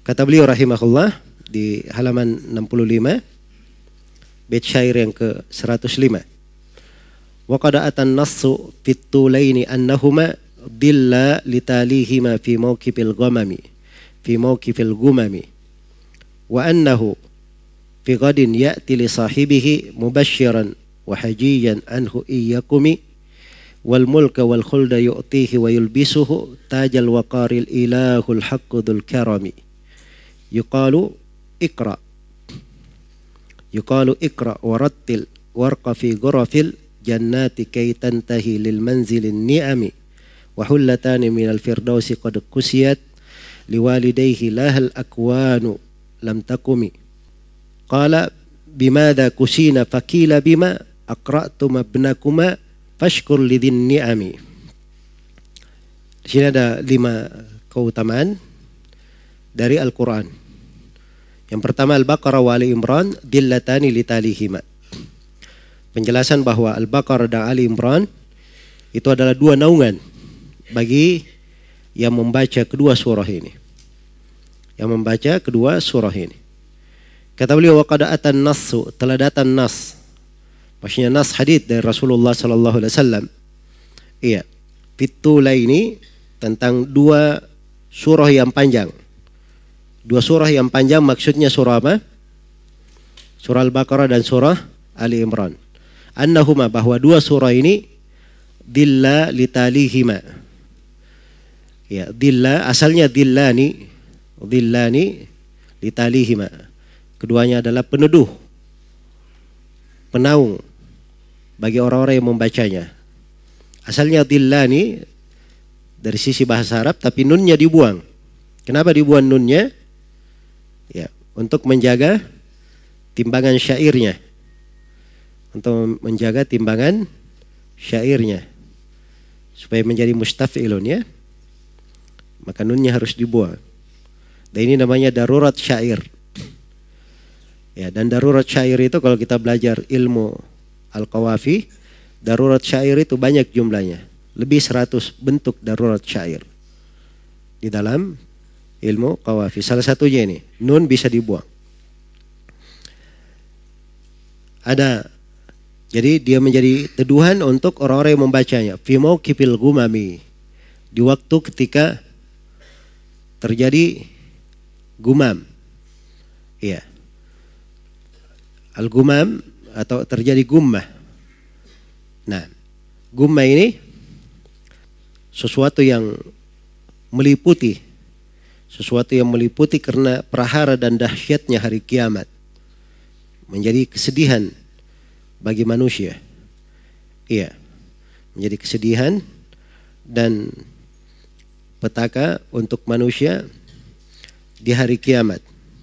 Kata beliau rahimahullah di halaman 65 bait syair yang ke-105. Wa qad atan nassu fit tulaini annahuma dilla litalihima fi mawqifil gumami wa annahu fi ghadin ya'ti li sahibihi mubasysyiran wa hajiyan anhu iyyakumi wal mulka wal khulda yu'tihi wa yulbisuhu tajal waqaril ilahul haqqul karami yuqalu ikra warattil warqa fi ghurafil jannati kay tantahi lil manzilin ni'ami wa hullatani minal firdausi qad kusiyat liwalidayhi lahal akwanu lam takumi qala bimadha kusina fakila bima aqra'tum abnakuma fashkur lidhin ni'ami. Di sini ada 5 keutamaan dari Al-Quran. Yang pertama Al-Baqarah wa Ali Imran dillatani litalihima. Penjelasan bahwa Al-Baqarah dan Ali Imran itu adalah 2 naungan bagi yang membaca kedua surah ini. Kata beliau wa qad atan nassu, telah datang nas. Maksudnya nas hadits dari Rasulullah sallallahu alaihi wasallam. Iya. Fitulaini tentang 2 surah yang panjang. 2 surah yang panjang maksudnya surah apa? Surah Al-Baqarah dan surah Ali Imran. Annahuma, bahwa 2 surah ini dilla litalihima. Ya, dilla asalnya dillani litalihima. Keduanya adalah peneduh, penaung bagi orang-orang yang membacanya. Asalnya dillani dari sisi bahasa Arab, tapi nunnya dibuang. Kenapa dibuang nunnya? Ya, untuk menjaga timbangan syairnya. Supaya menjadi mustaf'ilun, ya. Maka nunnya harus dibuang. Dan ini namanya darurat syair. Ya, dan darurat syair itu kalau kita belajar ilmu al-qawafi, darurat syair itu banyak jumlahnya. Lebih 100 bentuk darurat syair di dalam ilmu qawafi. Salah satunya ini, nun bisa dibuang. Jadi dia menjadi teduhan untuk orang-orang yang membacanya. Fi mauqifil gumami, di waktu ketika terjadi gumam. Iya. Al-gumam atau terjadi gummah. Nah, gummah ini sesuatu yang meliputi karena prahara dan dahsyatnya hari kiamat. Menjadi kesedihan bagi manusia. Iya. Menjadi kesedihan dan petaka untuk manusia di hari kiamat.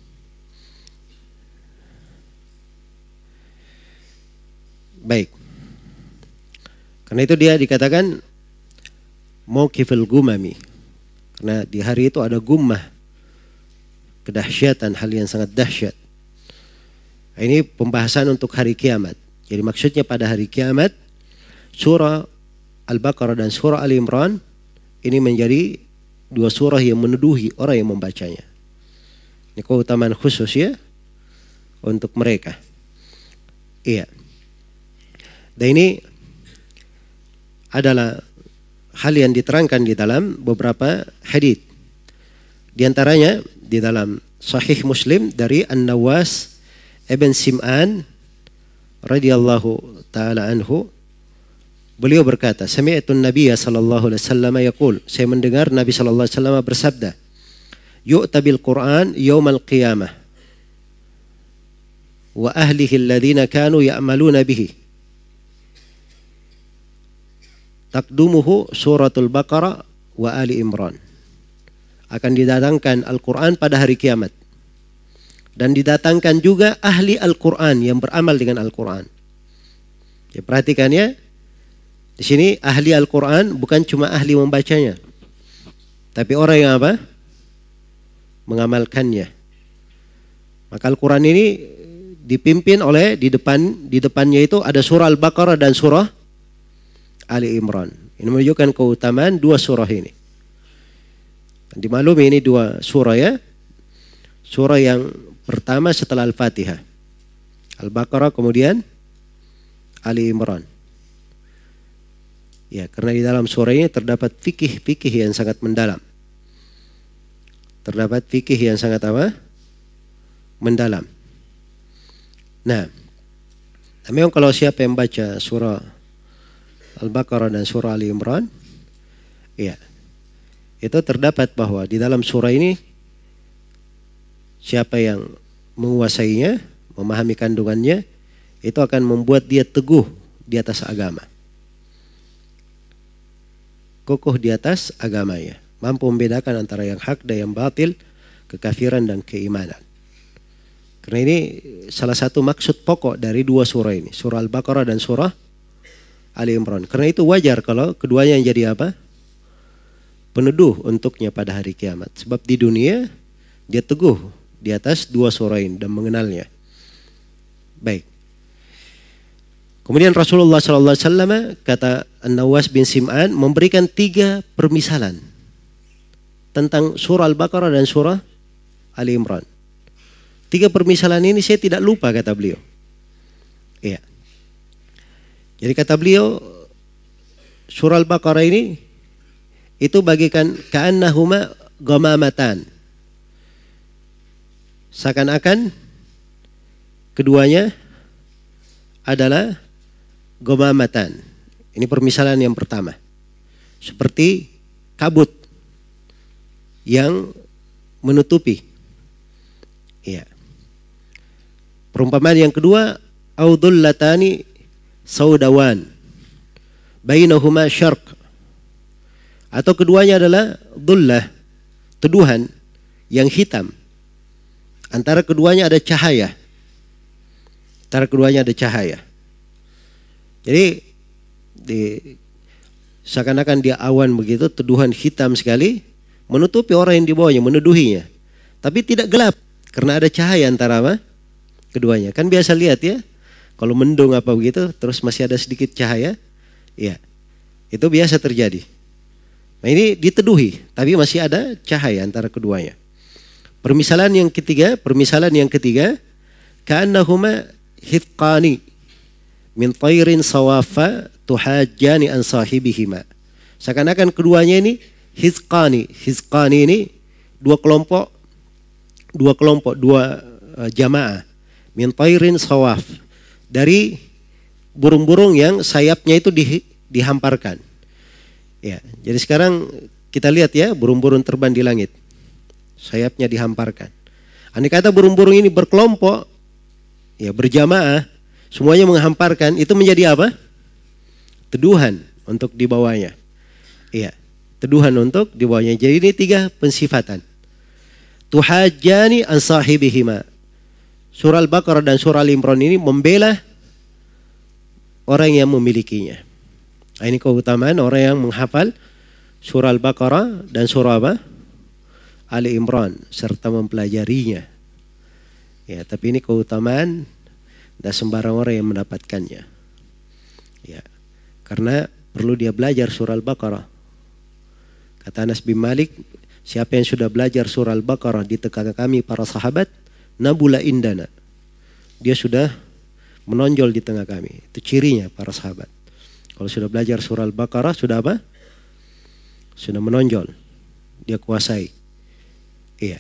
Baik. Karena itu dia dikatakan mauqifil gumami. Karena di hari itu ada gummah, kedahsyatan, hal yang sangat dahsyat. Ini pembahasan untuk hari kiamat. Jadi maksudnya pada hari kiamat, surah Al-Baqarah dan surah Ali Imran ini menjadi 2 surah yang meneduhi orang yang membacanya. Ini keutamaan khusus, ya, untuk mereka. Iya. Dan ini adalah hal yang diterangkan di dalam beberapa hadits. Di antaranya di dalam Sahih Muslim dari An-Nawas Ibn Sim'an radhiyallahu taala anhu, beliau berkata, sami'tu an-nabiy sallallahu alaihi wasallam yaqul, saya mendengar Nabi sallallahu alaihi wasallam bersabda, yu'ta bil Qur'an yaumal qiyamah wa ahlihi alladhina kanu ya'maluna bihi taqdumuhu suratul Baqarah wa Ali Imran. Akan didatangkan Al-Quran pada hari kiamat. Dan didatangkan juga ahli Al-Quran yang beramal dengan Al-Quran. Ya, perhatikan, ya. Di sini ahli Al-Quran bukan cuma ahli membacanya, tapi orang yang apa? Mengamalkannya. Maka Al-Quran ini dipimpin oleh di depannya itu ada surah Al-Baqarah dan surah Ali Imran. Ini menunjukkan keutamaan 2 surah ini. Dimaklumi ini 2 surah, ya. surah yang pertama setelah Al-Fatihah. Al-Baqarah kemudian Ali Imran. Ya, karena di dalam surah ini terdapat fikih-fikih yang sangat mendalam. Terdapat fikih yang sangat apa? Mendalam. Nah, memang kalau siapa yang baca surah Al-Baqarah dan surah Ali Imran, ya, itu terdapat bahwa di dalam surah ini siapa yang menguasainya, memahami kandungannya, itu akan membuat dia teguh di atas agama. Kokoh di atas agamanya, mampu membedakan antara yang hak dan yang batil, kekafiran dan keimanan. Karena ini salah satu maksud pokok dari dua surah ini, surah Al-Baqarah dan surah Ali Imran. Karena itu wajar kalau keduanya yang jadi apa? Peneduh untuknya pada hari kiamat. Sebab di dunia dia teguh di atas dua surah ini dan mengenalnya. Baik. Kemudian Rasulullah SAW, kata An-Nawas bin Sim'an, memberikan 3 permisalan tentang surah Al-Baqarah dan surah Ali Imran. 3 permisalan ini saya tidak lupa, kata beliau. Iya. Jadi kata beliau, surah Al-Baqarah ini itu bagikan ka'annahuma ghamamatan. Seakan-akan keduanya adalah ghamamatan. Ini permisalan yang pertama. Seperti kabut yang menutupi. Iya. Perumpamaan yang kedua, audullatani saudawan bainahuma syarq. Atau keduanya adalah dhullah, teduhan yang hitam. Antara keduanya ada cahaya. Antara keduanya ada cahaya. Jadi seakan-akan dia awan begitu, teduhan hitam sekali, menutupi orang yang di bawahnya, meneduhinya. Tapi tidak gelap, karena ada cahaya antara apa? Keduanya. Kan biasa lihat ya, kalau mendung apa begitu, terus masih ada sedikit cahaya, ya itu biasa terjadi. Nah ini diteduhi, tapi masih ada cahaya antara keduanya. Permisalan yang ketiga, ka'annahuma hitqani min tayrin sawafa tuhajjani an sahibihima. Seakan-akan keduanya ini hizqani. Hizqani ini dua kelompok, dua jamaah. Min tayrin sawaf. Dari burung-burung yang sayapnya itu dihamparkan. Ya, jadi sekarang kita lihat ya, burung-burung terbang di langit. Sayapnya dihamparkan. Andai kata burung-burung ini berkelompok, ya berjamaah, semuanya menghamparkan, itu menjadi apa? Teduhan untuk dibawanya. Iya, teduhan untuk dibawanya. Jadi ini 3 pensifatan. Tuhajjani an sahibihima. Surah Al-Baqarah dan surah Al-Imran ini membela orang yang memilikinya. Nah, ini keutamaan orang yang menghafal surah Al-Baqarah dan surah apa? Ali Imran serta mempelajarinya. Ya, tapi ini keutamaan dan sembarang orang yang mendapatkannya. Ya, karena perlu dia belajar surah Al-Baqarah. Kata Anas bin Malik, siapa yang sudah belajar surah Al-Baqarah di tengah kami para sahabat, nabula indana. Dia sudah menonjol di tengah kami. Itu cirinya para sahabat. Kalau sudah belajar surah Al-Baqarah, sudah apa? Sudah menonjol. Dia kuasai. Iya.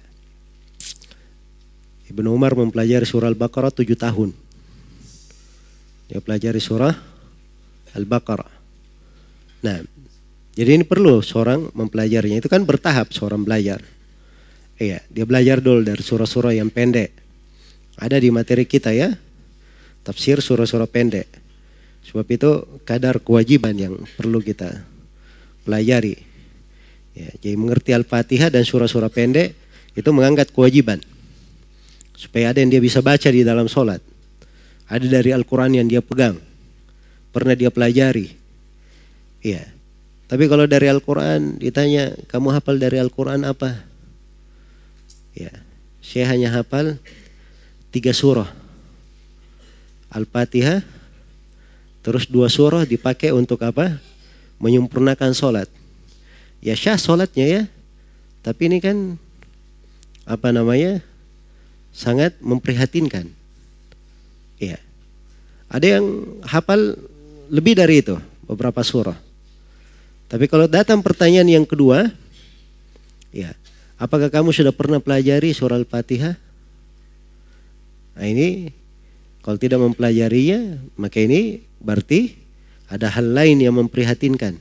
Ibnu Umar mempelajari surah Al-Baqarah 7 tahun. Dia pelajari surah Al-Baqarah. Nah, jadi ini perlu seorang mempelajarinya. Itu kan bertahap seorang belajar. Iya, dia belajar dulu dari surah-surah yang pendek. Ada di materi kita ya. Tafsir surah-surah pendek. Sebab itu kadar kewajiban yang perlu kita pelajari. Ya, jadi mengerti Al-Fatihah dan surah-surah pendek itu mengangkat kewajiban. Supaya ada yang dia bisa baca di dalam sholat. Ada dari Al-Quran yang dia pegang. Pernah dia pelajari. Iya. Tapi kalau dari Al-Quran ditanya, kamu hafal dari Al-Quran apa? Ya, saya hanya hafal 3 surah. Al-Fatihah, terus 2 surah dipakai untuk apa? Menyempurnakan sholat. Ya syah sholatnya ya. Tapi ini kan, apa namanya, sangat memprihatinkan. Ya. Ada yang hafal lebih dari itu, beberapa surah. Tapi kalau datang pertanyaan yang kedua, ya, apakah kamu sudah pernah pelajari surah Al-Fatihah? Nah ini, kalau tidak mempelajarinya, maka ini berarti ada hal lain yang memprihatinkan.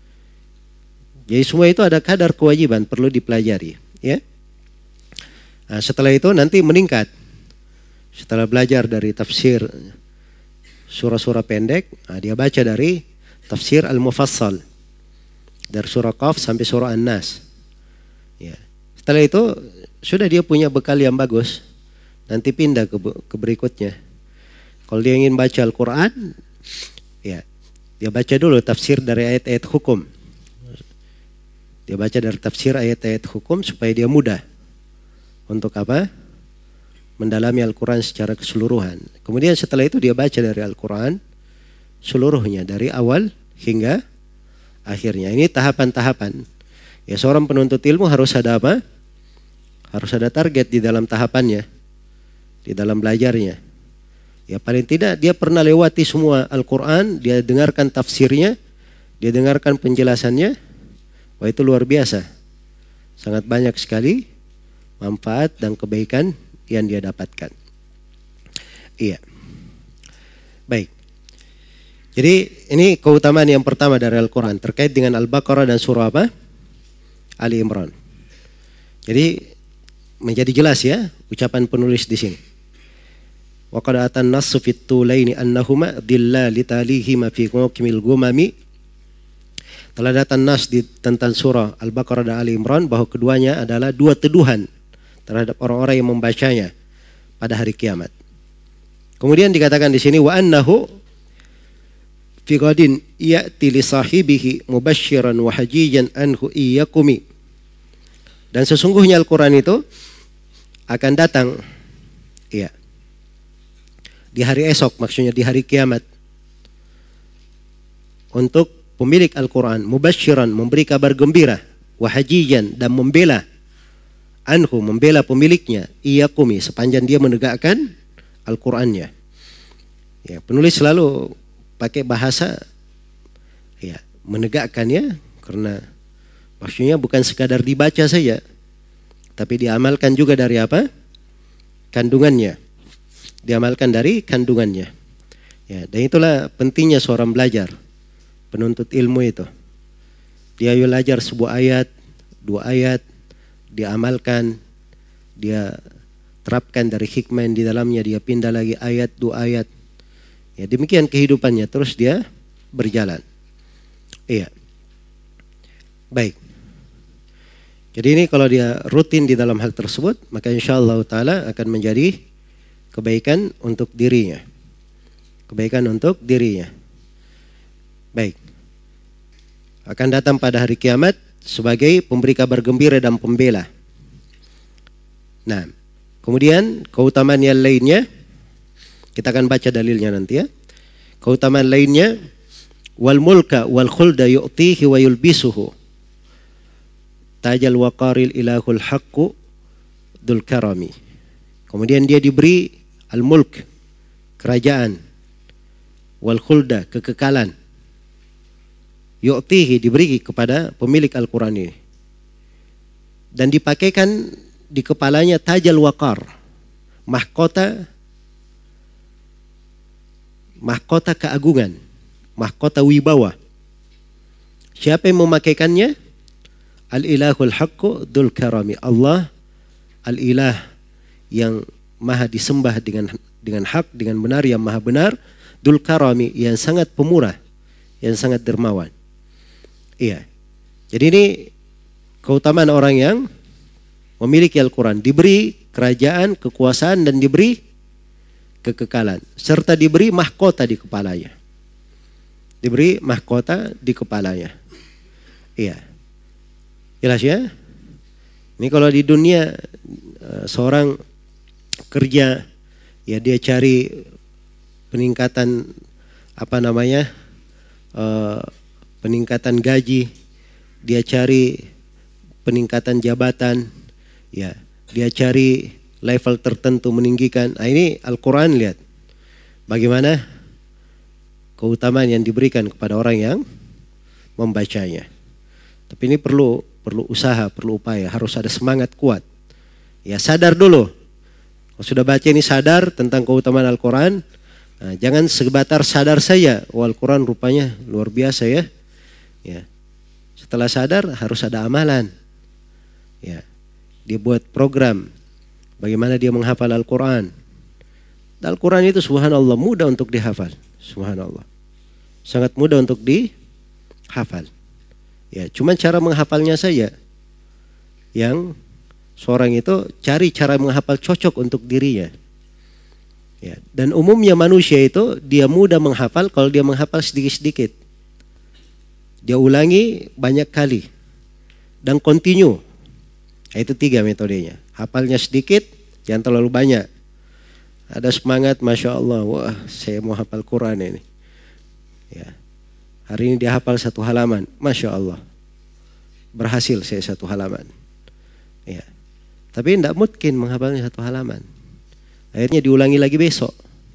Jadi semua itu ada kadar kewajiban perlu dipelajari, ya. Nah, setelah itu nanti meningkat. Setelah belajar dari tafsir surah-surah pendek, nah dia baca dari tafsir Al-Mufassal. Dari surah Qaf sampai surah An-Nas. Ya. Setelah itu sudah dia punya bekal yang bagus. Nanti pindah ke berikutnya. Kalau dia ingin baca Al-Quran, ya, dia baca dulu tafsir dari ayat-ayat hukum. Dia baca dari tafsir ayat-ayat hukum supaya dia mudah. Untuk apa? Mendalami Al-Quran secara keseluruhan. Kemudian setelah itu dia baca dari Al-Quran seluruhnya dari awal hingga akhirnya. Ini tahapan-tahapan. Ya, seorang penuntut ilmu harus ada apa? Harus ada target di dalam tahapannya, di dalam belajarnya. Ya paling tidak dia pernah lewati semua Al-Quran, dia dengarkan tafsirnya, dia dengarkan penjelasannya. Wah itu luar biasa. Sangat banyak sekali manfaat dan kebaikan yang dia dapatkan. Iya. Baik. Jadi ini keutamaan yang pertama dari Al-Quran terkait dengan Al-Baqarah dan surah apa? Ali Imran. Jadi menjadi jelas ya ucapan penulis di sini. Wa qad atan nassu fit tulaini annahuma dillali talihima fi qawqimil gumami. Telah datang nas tentang surah Al-Baqarah dan Ali Imran bahwa keduanya adalah dua teduhan terhadap orang-orang yang membacanya pada hari kiamat. Kemudian dikatakan di sini wa annahu fi ghadin ya'ti li sahibihi mubasysyiran wa hajijan anhu iyakumi. Dan sesungguhnya Al-Quran itu akan datang ya di hari esok, maksudnya di hari kiamat, untuk pemilik Al-Quran mubasysyiran, memberi kabar gembira, wa hajijan, dan membela anhu, membela pemiliknya, iyakumi, sepanjang dia menegakkan Al-Qurannya. Ya, penulis selalu pakai bahasa ya menegakkannya, karena maksudnya bukan sekadar dibaca saja, tapi diamalkan juga dari apa? Kandungannya. Diamalkan dari kandungannya. Ya, dan itulah pentingnya seorang belajar, penuntut ilmu itu. Dia belajar sebuah ayat, dua ayat, diamalkan, dia terapkan dari hikmah yang di dalamnya, dia pindah lagi ayat, dua ayat. Ya, demikian kehidupannya, terus dia berjalan. Iya. Baik. Jadi ini kalau dia rutin di dalam hal tersebut, maka insyaallah ta'ala akan menjadi kebaikan untuk dirinya. Kebaikan untuk dirinya. Baik. Akan datang pada hari kiamat sebagai pemberi kabar gembira dan pembela. Nah, kemudian keutamaan yang lainnya, kita akan baca dalilnya nanti ya. Keutamaan lainnya, wal mulka wal khulda yu'tihi wa yulbisuhu tajal waqaril ilahul haqqu dzul karami. Kemudian dia diberi al-mulk, kerajaan, wal khulda, kekekalan, yu'tihi, diberi kepada pemilik Al-Quran ini, dan dipakaikan di kepalanya tajal waqar, mahkota keagungan, mahkota wibawa. Siapa yang memakaikannya? Al-ilahul haqqu dzul karami, Allah al-ilah yang maha disembah dengan hak, dengan benar, yang maha benar, dzul karami, yang sangat pemurah, yang sangat dermawan. Iya. Jadi ini keutamaan orang yang memiliki Al-Quran, diberi kerajaan, kekuasaan, dan diberi kekekalan, serta diberi mahkota di kepalanya. Diberi mahkota di kepalanya. Iya. Jelas ya? Ini kalau di dunia seorang kerja, ya dia cari peningkatan peningkatan gaji, dia cari peningkatan jabatan, ya dia cari level tertentu meninggikan. Nah, ini Al-Quran, lihat bagaimana keutamaan yang diberikan kepada orang yang membacanya. Tapi ini perlu usaha, perlu upaya, harus ada semangat kuat. Ya, sadar dulu. Kalau sudah baca ini sadar tentang keutamaan Al-Quran. Nah, jangan sebatar sadar saja, Al-Quran rupanya luar biasa ya. Ya. Setelah sadar harus ada amalan. Ya. Dia buat program bagaimana dia menghafal Al-Quran. Al-Quran itu subhanallah mudah untuk dihafal. Subhanallah. Sangat mudah untuk dihafal. Ya, cuma cara menghafalnya saja yang seorang itu cari cara menghafal cocok untuk dirinya. Ya, dan umumnya manusia itu dia mudah menghafal kalau dia menghafal sedikit-sedikit. Dia ulangi banyak kali dan continue. Itu 3 metodenya. Hafalnya sedikit, jangan terlalu banyak. Ada semangat, Masya Allah, wah saya mau hafal Quran ini. Ya. Hari ini dia hafal 1 halaman, Masya Allah. Berhasil saya 1 halaman. Ya. Tapi tidak mungkin menghafalnya 1 halaman. Akhirnya diulangi lagi besok.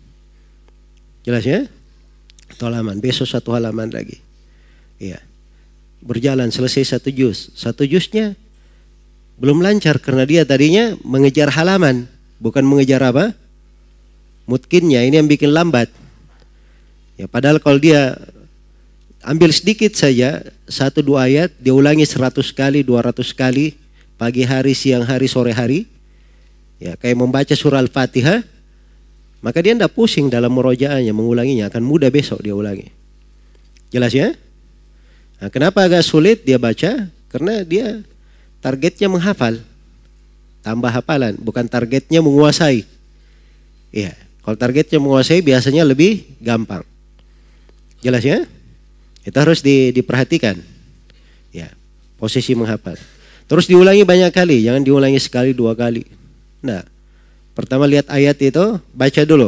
Jelas ya? 1 halaman, besok 1 halaman lagi. Iya. Berjalan selesai 1 juz. 1 juznya belum lancar karena dia tadinya mengejar halaman, bukan mengejar apa? Mutkinnya, ini yang bikin lambat. Ya, padahal kalau dia ambil sedikit saja, 1-2 ayat, dia ulangi 100 kali, 200 kali, pagi hari, siang hari, sore hari. Ya, kayak membaca surah Al-Fatihah, maka dia tidak pusing dalam murojaahnya, mengulanginya, akan mudah besok dia ulangi. Jelas ya? Nah, kenapa agak sulit dia baca? Karena dia targetnya menghafal, tambah hafalan, bukan targetnya menguasai. Ya, kalau targetnya menguasai biasanya lebih gampang. Jelas ya? Itu harus diperhatikan. Ya, posisi menghafal. Terus diulangi banyak kali, jangan diulangi sekali 2 kali. Nah, pertama lihat ayat itu, baca dulu.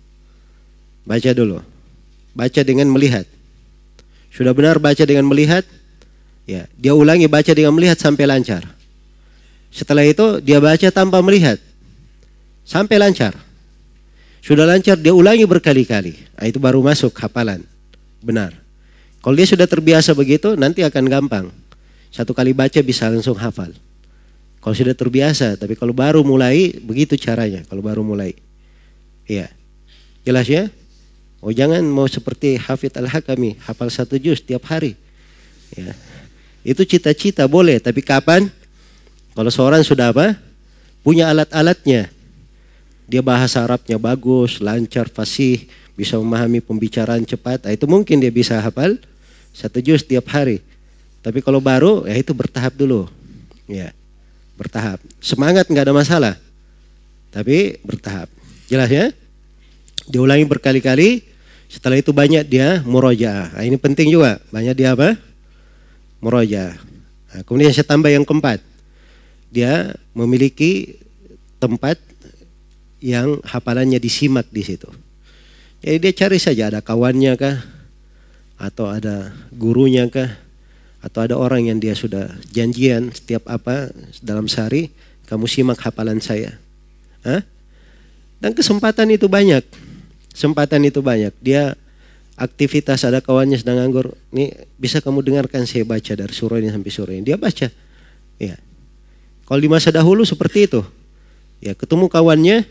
Baca dulu. Baca dengan melihat. Sudah benar baca dengan melihat, ya, dia ulangi baca dengan melihat sampai lancar. Setelah itu dia baca tanpa melihat sampai lancar. Sudah lancar dia ulangi berkali-kali. Nah, itu baru masuk hafalan. Benar. Kalau dia sudah terbiasa begitu, nanti akan gampang. 1 kali baca bisa langsung hafal. Kalau sudah terbiasa, tapi kalau baru mulai, begitu caranya. Kalau baru mulai, iya, jelas ya. Oh, jangan mau seperti Hafidz Al-Hakami, hafal 1 juz tiap hari. Ya. Itu cita-cita boleh, tapi kapan? Kalau seorang sudah apa? Punya alat-alatnya. Dia bahasa Arabnya bagus, lancar, fasih, bisa memahami pembicaraan cepat. Itu mungkin dia bisa hafal 1 juz tiap hari. Tapi kalau baru, ya itu bertahap dulu. Ya. Bertahap. Semangat nggak ada masalah. Tapi bertahap. Jelas ya? Diulangi berkali-kali. Setelah itu banyak dia murojaah. Nah, ini penting juga. Banyak dia apa? Murojaah. Nah, kemudian saya tambah yang keempat. Dia memiliki tempat yang hafalannya disimak di situ. Jadi dia cari saja ada kawannya kah? Atau ada gurunya kah? Atau ada orang yang dia sudah janjian setiap apa dalam sehari, kamu simak hafalan saya. Hah? Dan kesempatan itu banyak. Kesempatan itu banyak. Dia aktivitas ada kawannya sedang nganggur. Nih bisa kamu dengarkan saya baca dari surah ini sampai surah ini. Dia baca. Ya. Kalau di masa dahulu seperti itu. Ya, ketemu kawannya.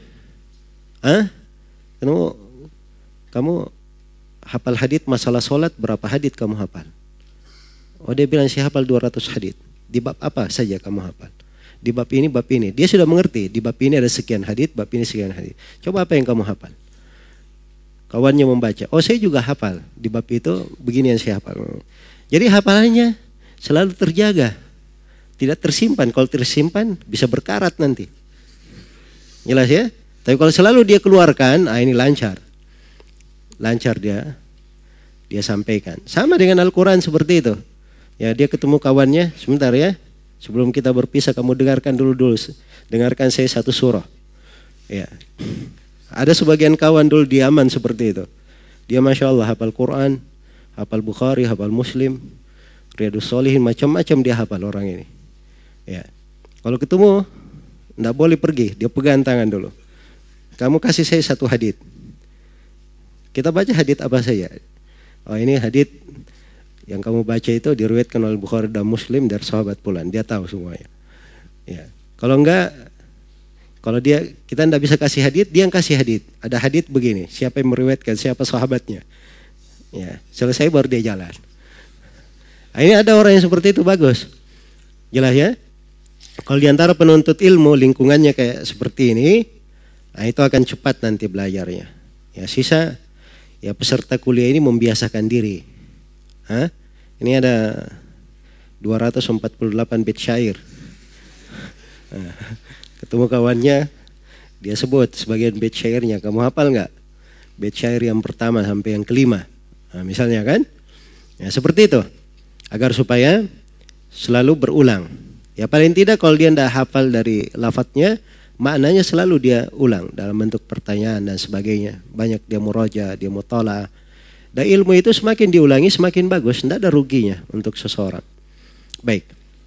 Ketemu kamu hafal hadits masalah sholat, berapa hadits kamu hafal? Oh, dia bilang saya hafal 200 hadits. Di bab apa saja kamu hafal? Di bab ini, bab ini. Dia sudah mengerti. Di bab ini ada sekian hadits, bab ini sekian hadits. Coba apa yang kamu hafal? Kawannya membaca. Oh, saya juga hafal. Di bab itu begini yang saya hafal. Jadi hafalannya selalu terjaga. Tidak tersimpan. Kalau tersimpan bisa berkarat nanti. Jelas ya? Tapi kalau selalu dia keluarkan, ini lancar. Lancar dia sampaikan. Sama dengan Al-Quran seperti itu. Ya, dia ketemu kawannya, sebentar ya. Sebelum kita berpisah kamu dengarkan dulu. Dengarkan saya 1 surah. Ya. Ada sebagian kawan dulu di Yaman seperti itu. Dia Masya Allah hafal Quran, hafal Bukhari, hafal Muslim, Riyadus Shalihin, macam-macam dia hafal orang ini. Ya. Kalau ketemu Nggak boleh pergi, dia pegang tangan dulu. Kamu kasih saya satu hadits. Kita baca hadits apa saja. Oh ini hadits yang kamu baca itu diriwayatkan oleh Bukhari dan Muslim dari sahabat fulan. Dia tahu semuanya. Ya. Kalau enggak, kalau kita enggak bisa kasih hadits, dia yang kasih hadits. Ada hadits begini, siapa yang meriwayatkan, siapa sahabatnya. Ya, selesai baru dia jalan. Nah, ini ada orang yang seperti itu, bagus. Jelas ya? Kalau diantara penuntut ilmu lingkungannya kayak seperti ini, nah itu akan cepat nanti belajarnya. Ya sisa, ya peserta kuliah ini membiasakan diri. Hah? Ini ada 248 bait syair. Nah, ketemu kawannya, dia sebut sebagian bait syairnya. Kamu hafal nggak? Bait syair yang pertama sampai yang kelima. Nah, misalnya kan? Ya seperti itu. Agar supaya selalu berulang. Ya paling tidak kalau dia tidak hafal dari lafadznya, maknanya selalu dia ulang dalam bentuk pertanyaan dan sebagainya. Banyak dia muraja, dia mutala. Dan ilmu itu semakin diulangi semakin bagus, tidak ada ruginya untuk seseorang. Baik.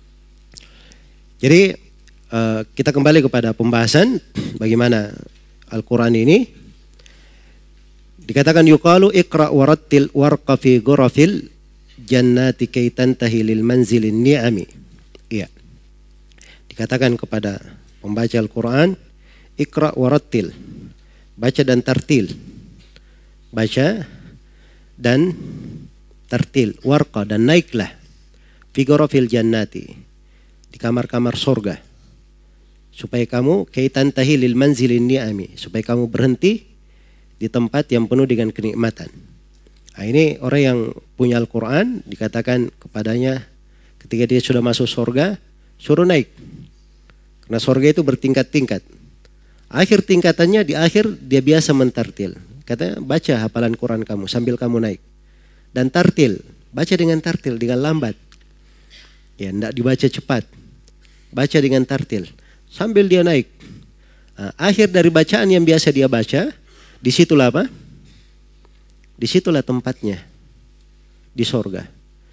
Jadi kita kembali kepada pembahasan bagaimana Al-Quran ini. Dikatakan yuqalu iqra' warattil warqa fi ghurafil jannati kay tantahi lil manzilin ni'ami. Iya. Dikatakan kepada pembaca Al-Quran, iqra' warattil, baca dan tartil. Baca dan tartil, warqa dan naiklah, fi ghurafil jannati, di kamar-kamar surga. Supaya kamu kay tantahi lil manzilin ni'ami, supaya kamu berhenti di tempat yang penuh dengan kenikmatan. Nah, ini orang yang punya Al-Quran dikatakan kepadanya ketika dia sudah masuk surga, suruh naik. Karena surga itu bertingkat-tingkat. Akhir tingkatannya di akhir dia biasa mentartil. Katanya baca hafalan Quran kamu sambil kamu naik. Dan tartil, baca dengan tartil, dengan lambat. Ya, tidak dibaca cepat. Baca dengan tartil sambil dia naik. Nah, akhir dari bacaan yang biasa dia baca, disitulah apa? Disitulah tempatnya di surga.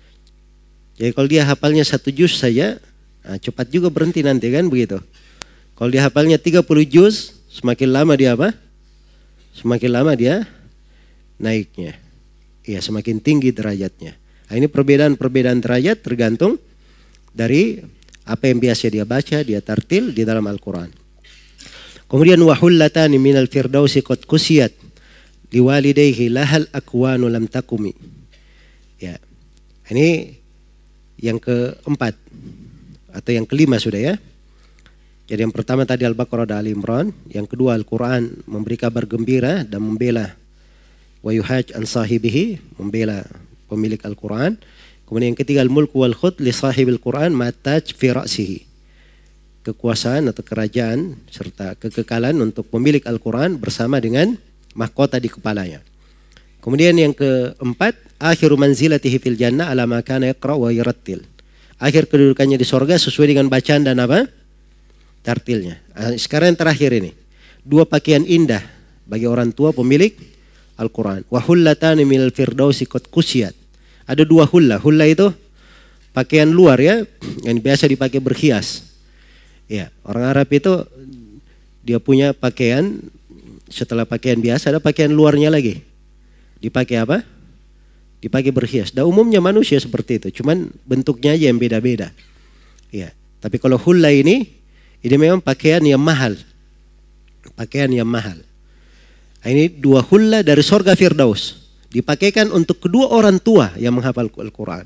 Jadi kalau dia hafalnya 1 juz saja, nah cepat juga berhenti nanti kan begitu. Kalau dia hafalnya 30 juz, semakin lama dia apa? Semakin lama dia naiknya. Ya semakin tinggi derajatnya. Nah, ini perbedaan derajat tergantung dari apa yang biasa dia baca, dia tartil di dalam Al-Quran. Kemudian wahullatani minal firdausi qad kusiyat liwalidayhi lahal akwanu lam takumi. Ya. Ini yang keempat atau yang kelima sudah ya. Jadi yang pertama tadi Al-Baqarah dan Al-Imran, yang kedua Al-Quran memberi kabar gembira dan membela wa yuhaj an sahibihi, membela pemilik Al-Quran. Kemudian yang ketiga Al-Mulku wal Khud li sahibil Quran mataj fi ra'sihi, kekuasaan atau kerajaan serta kekekalan untuk pemilik Al-Quran bersama dengan mahkota di kepalanya. Kemudian yang keempat, akhiru manzilatihi fil jannah ala ma kana yaqra wa yurattil. Akhir kedudukannya di surga sesuai dengan bacaan dan apa? Tartilnya. Sekarang yang terakhir ini. 2 pakaian indah bagi orang tua pemilik Al-Quran. Wa hullatani minal firdausi qad kusiyat. Ada 2 hulla. Hulla itu pakaian luar ya, yang biasa dipakai berhias. Ya, orang Arab itu dia punya pakaian. Setelah pakaian biasa ada pakaian luarnya lagi. Dipakai apa? Dipakai berhias. Dan umumnya manusia seperti itu. Cuman bentuknya aja yang beda-beda. Ya. Tapi kalau hulla ini memang pakaian yang mahal. Pakaian yang mahal. Nah, ini 2 hulla dari surga Firdaus. Dipakaikan untuk kedua orang tua yang menghafal Al-Quran.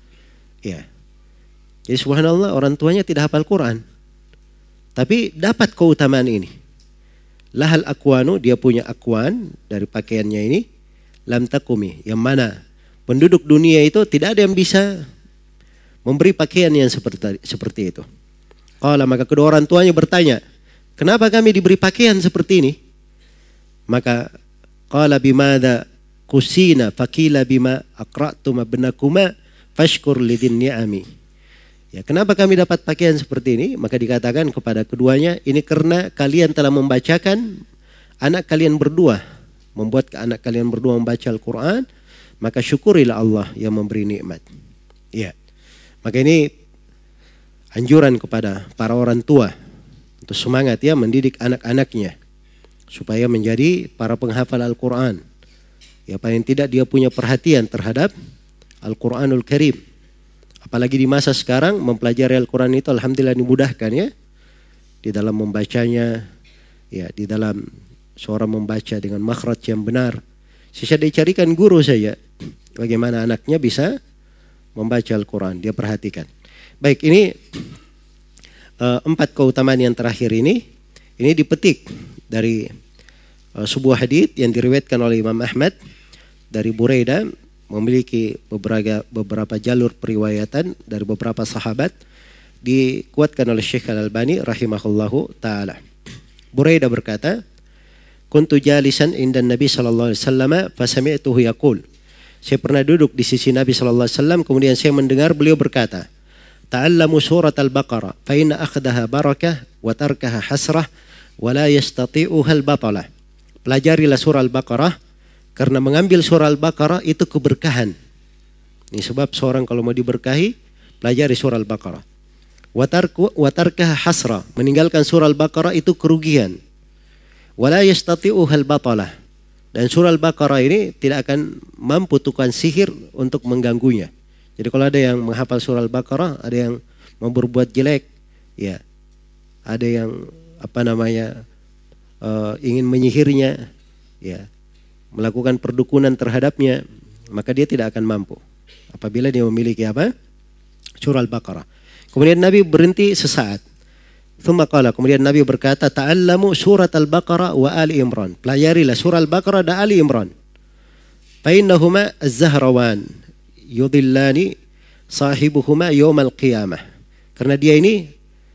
Ya. Jadi subhanallah orang tuanya tidak hafal Quran. Tapi dapat keutamaan ini. Lahal akwanu, dia punya akwan dari pakaiannya ini, lam takumi, yang mana penduduk dunia itu tidak ada yang bisa memberi pakaian yang seperti itu. Qala, maka kedua orang tuanya bertanya, kenapa kami diberi pakaian seperti ini? Maka qala bimada kusina fakila bima aqra'tum abnakuma fashkur lidin ni'ami. Ya, kenapa kami dapat pakaian seperti ini? Maka dikatakan kepada keduanya, ini karena kalian telah membacakan anak kalian berdua, membuat anak kalian berdua membaca Al-Quran, maka syukurilah Allah yang memberi nikmat. Ya, maka ini anjuran kepada para orang tua. untuk semangat ya mendidik anak-anaknya supaya menjadi para penghafal Al-Quran. Ya paling tidak dia punya perhatian terhadap Al-Quranul Karim. Apalagi di masa sekarang mempelajari Al-Quran itu alhamdulillah dimudahkan ya. Di dalam membacanya, ya di dalam seorang membaca dengan makhraj yang benar. Sisa dicarikan guru saja bagaimana anaknya bisa membaca Al-Quran, dia perhatikan. Baik, ini 4 keutamaan yang terakhir ini dipetik dari sebuah hadits yang diriwayatkan oleh Imam Ahmad dari Buraidah, memiliki beberapa jalur periwayatan dari beberapa sahabat, dikuatkan oleh Syekh Al-Albani rahimahullahu taala. Buraidah berkata, "Kuntu jalisan inda Nabi sallallahu alaihi wasallam fa sami'tuhu yaqul." Saya pernah duduk di sisi Nabi sallallahu alaihi wasallam, kemudian saya mendengar beliau berkata, "Ta'allamu surat Al-Baqarah fa inna akhdaha barakah wa tarkaha hasrah wa la yastati'uha al-batalah." Pelajarilah surah Al-Baqarah karena mengambil surah Al-Baqarah itu keberkahan. Ini sebab seorang kalau mau diberkahi pelajari surah Al-Baqarah. Watarkah hasra, meninggalkan surah Al-Baqarah itu kerugian. Wala yastati'uhal batalah, dan surah Al-Baqarah ini tidak akan mampu tukang sihir untuk mengganggunya. Jadi kalau ada yang menghafal surah Al-Baqarah, ada yang mau berbuat jelek, ya, ada yang ingin menyihirnya, ya, melakukan perdukunan terhadapnya, maka dia tidak akan mampu apabila dia memiliki surah Al-Baqarah. Kemudian Nabi berhenti sesaat. Kemudian Nabi berkata, "Ta'allamu surat Al-Baqarah wa Ali Imran." Pelajarilah surah Al-Baqarah dan Ali Imran. "Fa'innahuma az-zahrawan yudhillani sahibuhuma yawmal qiyamah." Karena dia ini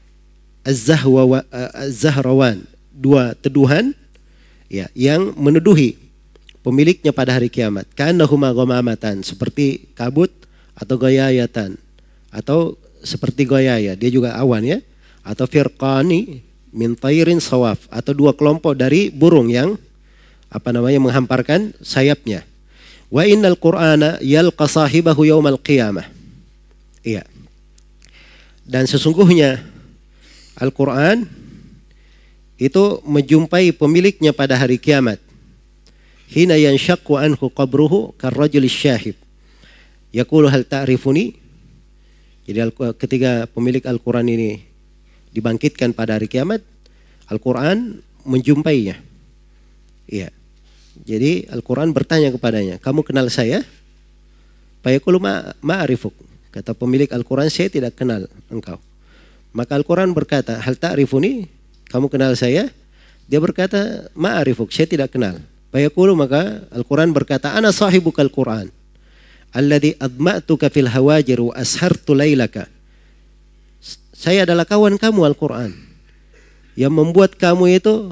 az-zahrawan, dua teduhan ya, yang meneduhi pemiliknya pada hari kiamat. Ka'annahuma ghamamatan, seperti kabut atau gayayatan, atau seperti goyaya, dia juga awan ya, atau firqani min tayrin sawaf, atau 2 kelompok dari burung yang menghamparkan sayapnya. Wa innal qur'ana yalqa sahibahu yaumal qiyamah. Iya. Dan sesungguhnya Al-Qur'an itu menjumpai pemiliknya pada hari kiamat. Hina yanshaqqu anhu qabruhu karrajulis syahib. Yaqulu hal ta'rifuni? Jadi ketika pemilik Al-Quran ini dibangkitkan pada hari kiamat, Al-Quran menjumpainya. Iya. Jadi Al-Quran bertanya kepadanya, "Kamu kenal saya?" Fayaqulu ma'arifuk. Kata pemilik Al-Quran, "Saya tidak kenal engkau." Maka Al-Quran berkata, "Hal ta'rifuni?" Kamu kenal saya? Dia berkata, "Ma'arifuk, saya tidak kenal." Fayaqulu, maka Al-Quran berkata, "Ana sahibukal Quran alladhi adma'tuka fil hawajir wa ashartu lailaka." Saya adalah kawan kamu Al-Quran yang membuat kamu itu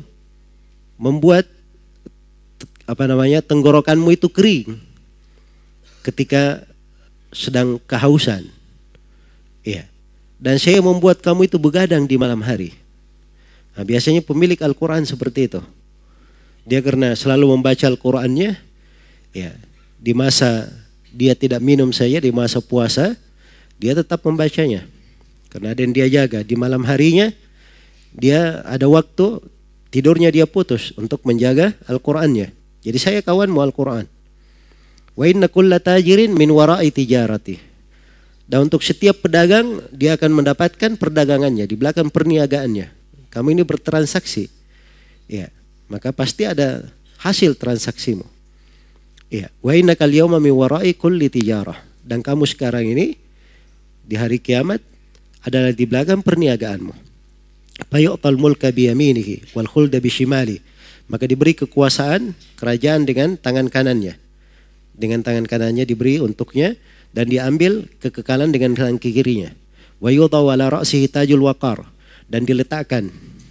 tenggorokanmu itu kering ketika sedang kehausan. Iya. Dan saya membuat kamu itu begadang di malam hari. Nah, biasanya pemilik Al-Quran seperti itu. Dia karena selalu membaca Al-Qurannya, ya, di masa dia tidak minum saja, di masa puasa dia tetap membacanya karena ada yang dia jaga. Di malam harinya dia ada waktu tidurnya dia putus untuk menjaga Al-Qurannya. Jadi saya kawanmu Al-Quran. Wa inna kulla tajirin min wara'i tijarati. Dan untuk setiap pedagang dia akan mendapatkan perdagangannya di belakang perniagaannya. Kamu ini bertransaksi, ya, maka pasti ada hasil transaksimu. Ya, wa innaka al-yawma min wara'i kulli tijarah. Dan kamu sekarang ini di hari kiamat adalah di belakang perniagaanmu. Fa yu'tal mulka bi yaminihi wal khulda bi shimali. Maka diberi kekuasaan kerajaan dengan tangan kanannya. Dengan tangan kanannya diberi untuknya dan diambil kekekalan dengan tangan kirinya. Wa yudau ala ra'sihi tajul waqar, dan diletakkan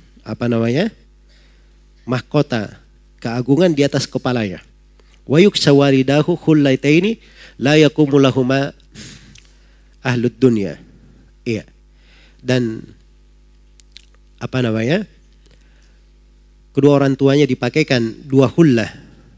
mahkota keagungan di atas kepalanya. Wa yuksawaridahu khullaitaini la yaqumu lahuma ahlud dunya. Iya. Dan kedua orang tuanya dipakaikan 2 hullah,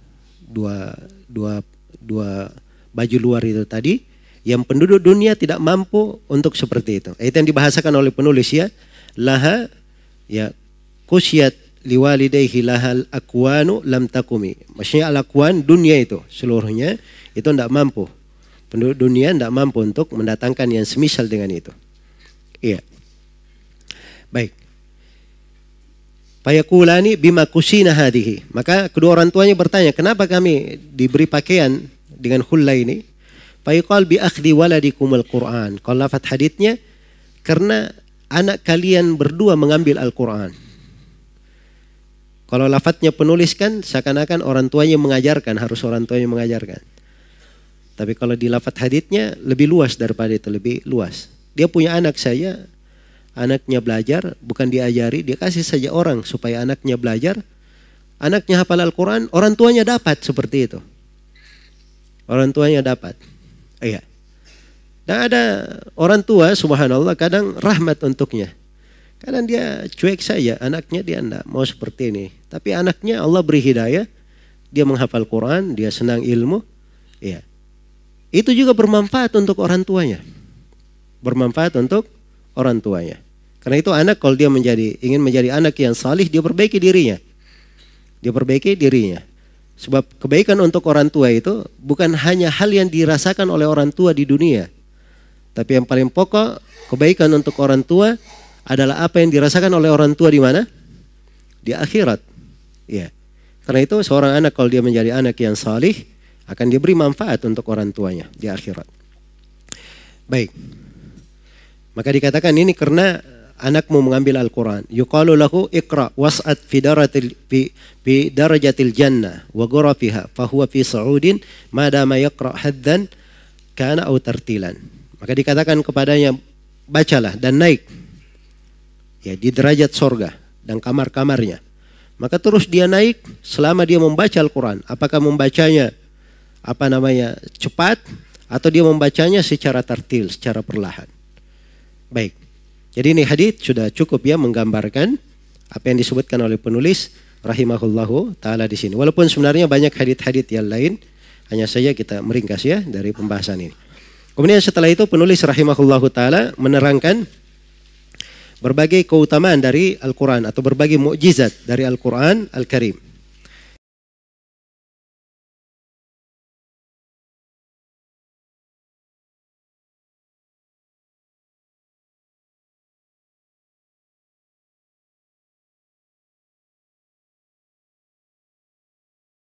dua baju luar itu tadi, yang penduduk dunia tidak mampu untuk seperti itu. Itu yang dibahasakan oleh penulis ya. Laha Ya, kusyat liwalidayhi lahal akwanu lam takumi. Maksudnya al-akwan dunia itu seluruhnya itu tidak mampu. Penduduk dunia tidak mampu untuk mendatangkan yang semisal dengan itu. Iya. Baik. Fayakulani bima kusina hadihi. Maka kedua orang tuanya bertanya, kenapa kami diberi pakaian dengan hulla ini? Fayaqal bi akhdi waladikumul Qur'an. Kalau lafaz haditsnya, karena anak kalian berdua mengambil Al-Quran. Kalau lafadznya penulis kan seakan-akan orang tuanya mengajarkan, harus orang tuanya mengajarkan. Tapi kalau di lafadz haditsnya lebih luas daripada itu, lebih luas. Dia punya anak saya, anaknya belajar, bukan diajari, dia kasih saja orang supaya anaknya belajar. Anaknya hafal Al-Quran, orang tuanya dapat seperti itu. Orang tuanya dapat. Iya. Dan ada orang tua, subhanallah, kadang rahmat untuknya. Kadang dia cuek saja, anaknya dia tidak mau seperti ini. Tapi anaknya Allah beri hidayah, dia menghafal Quran, dia senang ilmu. Iya. Itu juga bermanfaat untuk orang tuanya. Bermanfaat untuk orang tuanya. Karena itu anak kalau dia ingin menjadi anak yang salih, dia perbaiki dirinya. Dia perbaiki dirinya. Sebab kebaikan untuk orang tua itu bukan hanya hal yang dirasakan oleh orang tua di dunia. Tapi yang paling pokok, kebaikan untuk orang tua adalah apa yang dirasakan oleh orang tua di mana? Di akhirat. Ya. Karena itu seorang anak kalau dia menjadi anak yang salih, akan diberi manfaat untuk orang tuanya di akhirat. Baik. Maka dikatakan ini karena anakmu mengambil Al-Quran. Yuqalu lahu iqra was'ad fi darajatil jannah wa ghurafiha fahuwa fi sa'udin madama yaqra haddan kana aw tartilan. Maka dikatakan kepadanya, bacalah dan naik ya di derajat sorga dan kamar-kamarnya. Maka terus dia naik selama dia membaca Al-Quran. Apakah membacanya cepat atau dia membacanya secara tartil, secara perlahan. Baik. Jadi ini hadits sudah cukup ya menggambarkan apa yang disebutkan oleh penulis rahimahullahu taala di sini. Walaupun sebenarnya banyak hadits-hadits yang lain, hanya saja kita meringkas ya dari pembahasan ini. Kemudian setelah itu penulis rahimahullahu taala menerangkan berbagai keutamaan dari Al-Quran atau berbagai mukjizat dari Al-Quran Al-Karim.